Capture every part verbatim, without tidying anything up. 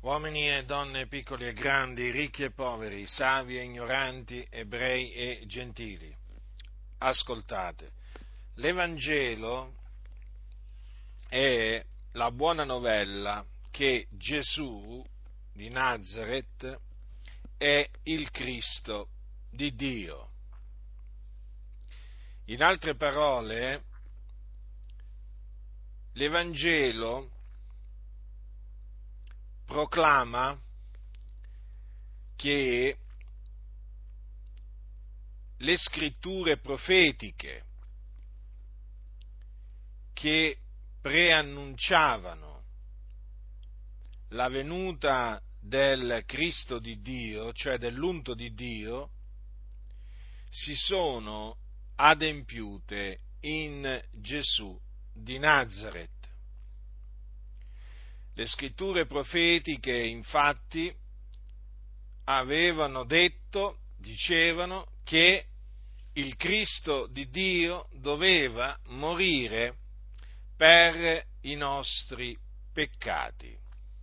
uomini e donne, piccoli e grandi, ricchi e poveri, savi e ignoranti, ebrei e gentili, ascoltate. L'Evangelo è la buona novella che Gesù di Nazaret è il Cristo di Dio. In altre parole, l'Evangelo proclama che le scritture profetiche che preannunciavano la venuta del Cristo di Dio, cioè dell'unto di Dio, si sono adempiute in Gesù di Nazaret. Le scritture profetiche, infatti, avevano detto, dicevano, che il Cristo di Dio doveva morire per i nostri peccati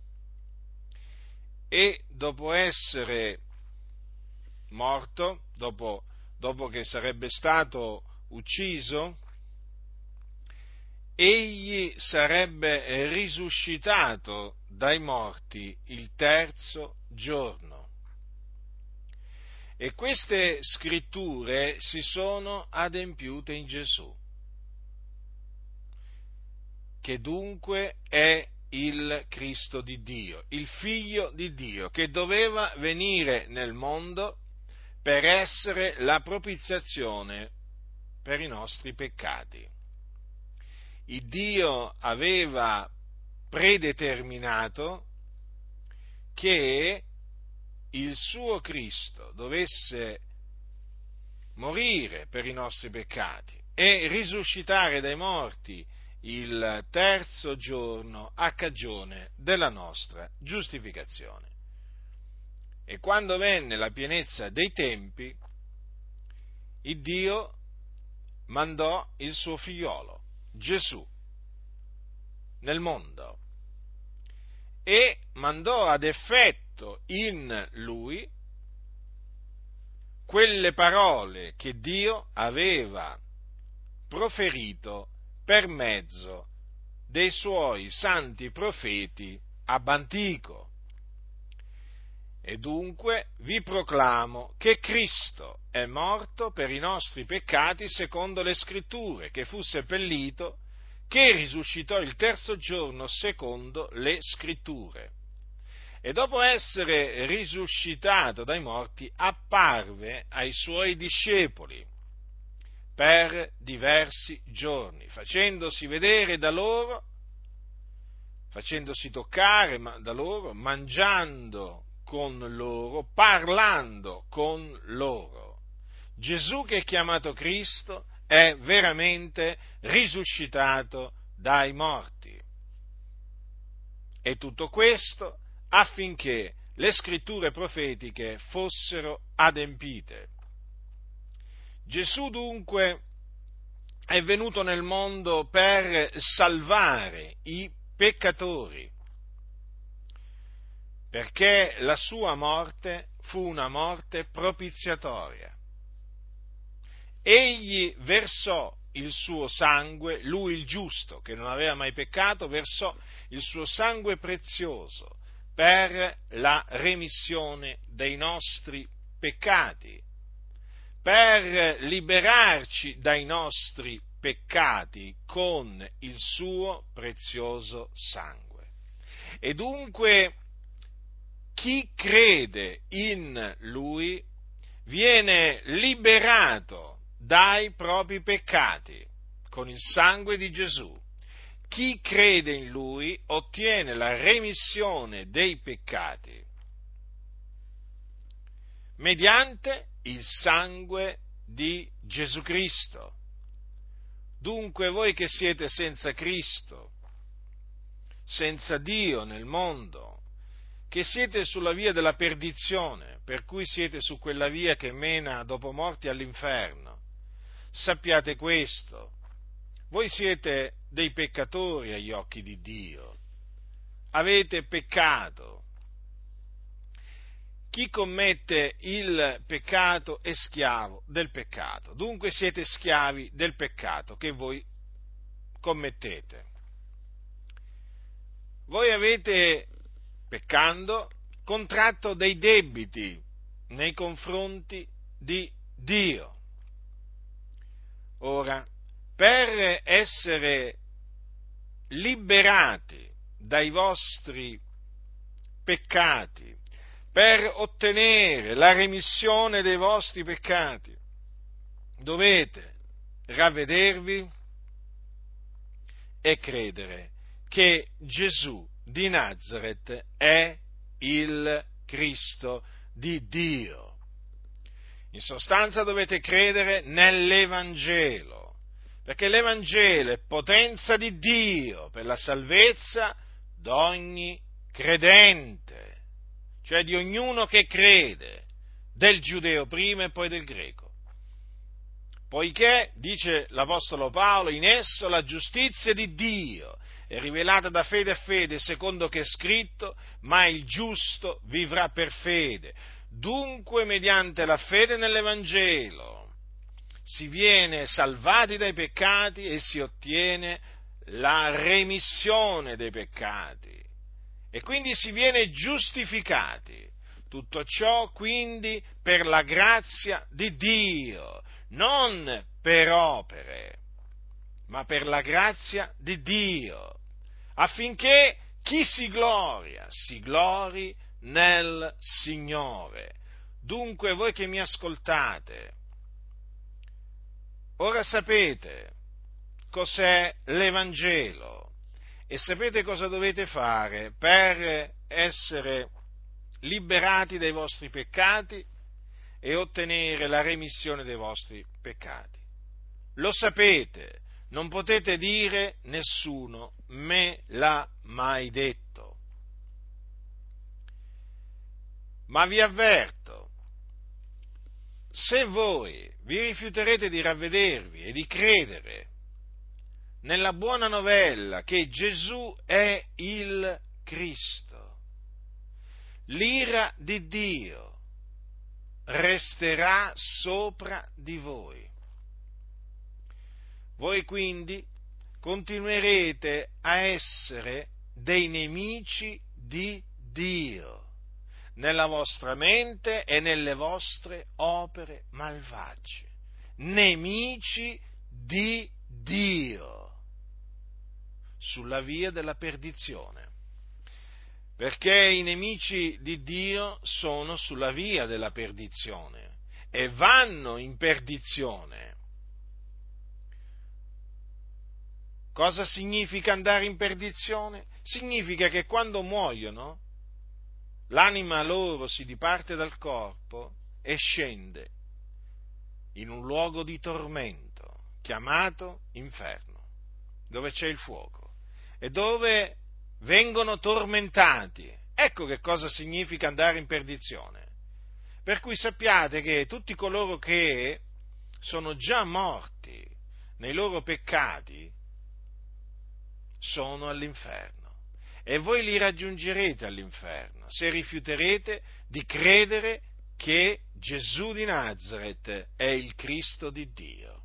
e dopo essere morto, dopo, dopo che sarebbe stato ucciso, egli sarebbe risuscitato dai morti il terzo giorno. E queste scritture si sono adempiute in Gesù, che dunque è il Cristo di Dio, il Figlio di Dio, che doveva venire nel mondo per essere la propiziazione per i nostri peccati. Il Dio aveva predeterminato che il suo Cristo dovesse morire per i nostri peccati e risuscitare dai morti il terzo giorno a cagione della nostra giustificazione. E quando venne la pienezza dei tempi, il Dio mandò il suo figliolo, Gesù, nel mondo e mandò ad effetto in lui quelle parole che Dio aveva proferito per mezzo dei suoi santi profeti ab antico. E dunque vi proclamo che Cristo è morto per i nostri peccati secondo le Scritture, che fu seppellito, che risuscitò il terzo giorno secondo le Scritture. E dopo essere risuscitato dai morti apparve ai suoi discepoli per diversi giorni, facendosi vedere da loro, facendosi toccare da loro, mangiando con loro, parlando con loro. Gesù, che è chiamato Cristo, è veramente risuscitato dai morti. E tutto questo affinché le scritture profetiche fossero adempite. Gesù dunque è venuto nel mondo per salvare i peccatori, perché la sua morte fu una morte propiziatoria. Egli versò il suo sangue, lui il giusto, che non aveva mai peccato, versò il suo sangue prezioso per la remissione dei nostri peccati, per liberarci dai nostri peccati con il suo prezioso sangue. E dunque chi crede in lui viene liberato dai propri peccati con il sangue di Gesù. Chi crede in lui ottiene la remissione dei peccati mediante il sangue di Gesù Cristo. Dunque voi che siete senza Cristo, senza Dio nel mondo, che siete sulla via della perdizione, per cui siete su quella via che mena dopo morti all'inferno, sappiate questo: voi siete dei peccatori agli occhi di Dio, avete peccato chi commette il peccato è schiavo del peccato. Dunque siete schiavi del peccato che voi commettete. Voi avete, peccando, contratto dei debiti nei confronti di Dio. Ora, per essere liberati dai vostri peccati, per ottenere la remissione dei vostri peccati, dovete ravvedervi e credere che Gesù di Nazaret è il Cristo di Dio. In sostanza dovete credere nell'Evangelo, perché l'Evangelo è potenza di Dio per la salvezza d'ogni credente, cioè di ognuno che crede, del giudeo prima e poi del greco. Poiché, dice l'Apostolo Paolo, in esso la giustizia di Dio è rivelata da fede a fede, secondo che è scritto, ma il giusto vivrà per fede. Dunque, mediante la fede nell'Evangelo, si viene salvati dai peccati e si ottiene la remissione dei peccati. E quindi si viene giustificati. Tutto ciò quindi per la grazia di Dio, non per opere, ma per la grazia di Dio, affinché chi si gloria, si glori nel Signore. Dunque voi che mi ascoltate, ora sapete cos'è l'Evangelo e sapete cosa dovete fare per essere liberati dai vostri peccati e ottenere la remissione dei vostri peccati. Lo sapete, non potete dire nessuno me l'ha mai detto. Ma vi avverto, se voi vi rifiuterete di ravvedervi e di credere nella buona novella che Gesù è il Cristo, l'ira di Dio resterà sopra di voi. Voi quindi continuerete a essere dei nemici di Dio nella vostra mente e nelle vostre opere malvagie. Nemici di Dio sulla via della perdizione. Perché i nemici di Dio sono sulla via della perdizione e vanno in perdizione. Cosa significa andare in perdizione? Significa che quando muoiono, l'anima loro si diparte dal corpo e scende in un luogo di tormento chiamato inferno, dove c'è il fuoco e dove vengono tormentati. Ecco che cosa significa andare in perdizione. Per cui sappiate che tutti coloro che sono già morti nei loro peccati sono all'inferno e voi li raggiungerete all'inferno se rifiuterete di credere che Gesù di Nazaret è il Cristo di Dio.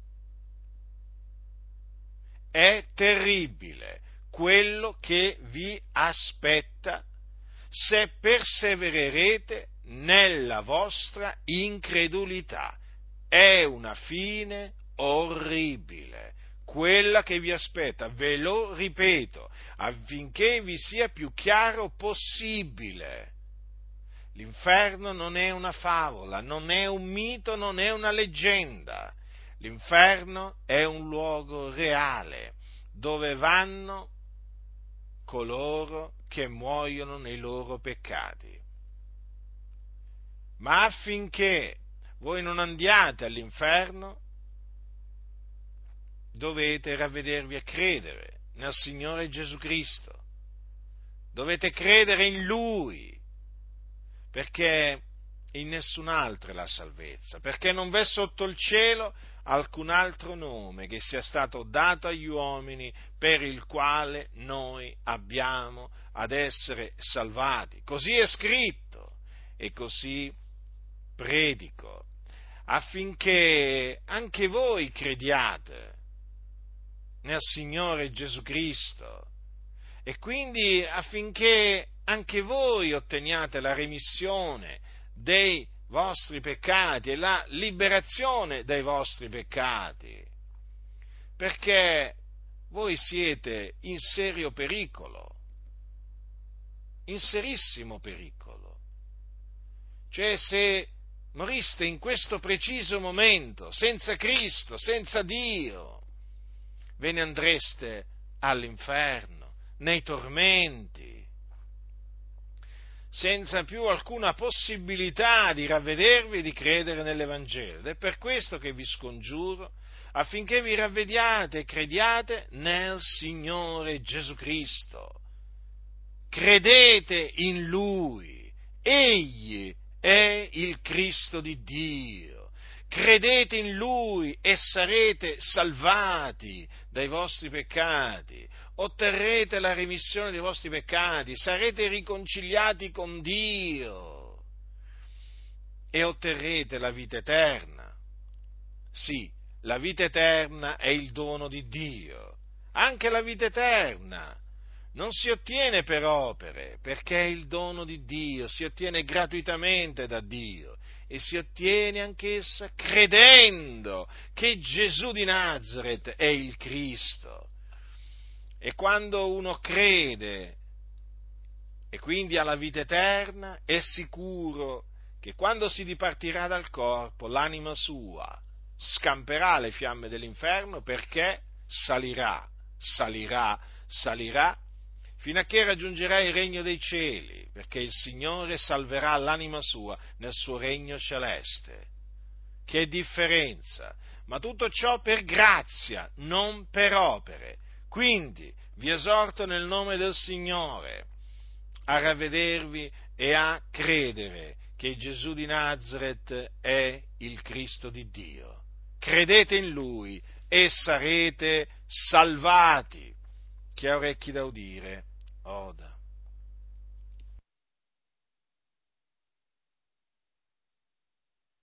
È terribile quello che vi aspetta se persevererete nella vostra incredulità. È una fine orribile quella che vi aspetta, ve lo ripeto, affinché vi sia più chiaro possibile. L'inferno non è una favola, non è un mito, non è una leggenda. L'inferno è un luogo reale dove vanno coloro che muoiono nei loro peccati. Ma affinché voi non andiate all'inferno, dovete ravvedervi e credere nel Signore Gesù Cristo. Dovete credere in Lui, perché in nessun altro è la salvezza, perché non v'è sotto il cielo alcun altro nome che sia stato dato agli uomini per il quale noi abbiamo ad essere salvati. Così è scritto. e così predico, affinché anche voi crediate nel Signore Gesù Cristo e quindi affinché anche voi otteniate la remissione dei vostri peccati e la liberazione dai vostri peccati, perché voi siete in serio pericolo, in serissimo pericolo. Cioè, se moriste in questo preciso momento, senza Cristo, senza Dio, ve ne andreste all'inferno, nei tormenti, senza più alcuna possibilità di ravvedervi e di credere nell'Evangelo. Ed è per questo che vi scongiuro affinché vi ravvediate e crediate nel Signore Gesù Cristo. Credete in Lui, Egli è il Cristo di Dio. Credete in Lui e sarete salvati dai vostri peccati, otterrete la remissione dei vostri peccati, sarete riconciliati con Dio e otterrete la vita eterna. Sì, la vita eterna è il dono di Dio. Anche la vita eterna non si ottiene per opere, perché è il dono di Dio, si ottiene gratuitamente da Dio e si ottiene anch'essa credendo che Gesù di Nazaret è il Cristo. E quando uno crede e quindi ha la vita eterna, è sicuro che quando si dipartirà dal corpo, l'anima sua scamperà le fiamme dell'inferno, perché salirà, salirà, salirà, fino a che raggiungerà il regno dei cieli, perché il Signore salverà l'anima sua nel suo regno celeste. Che differenza! Ma tutto ciò per grazia, non per opere. Quindi vi esorto nel nome del Signore a ravvedervi e a credere che Gesù di Nazaret è il Cristo di Dio. Credete in Lui e sarete salvati. Chi ha orecchi da udire, oda.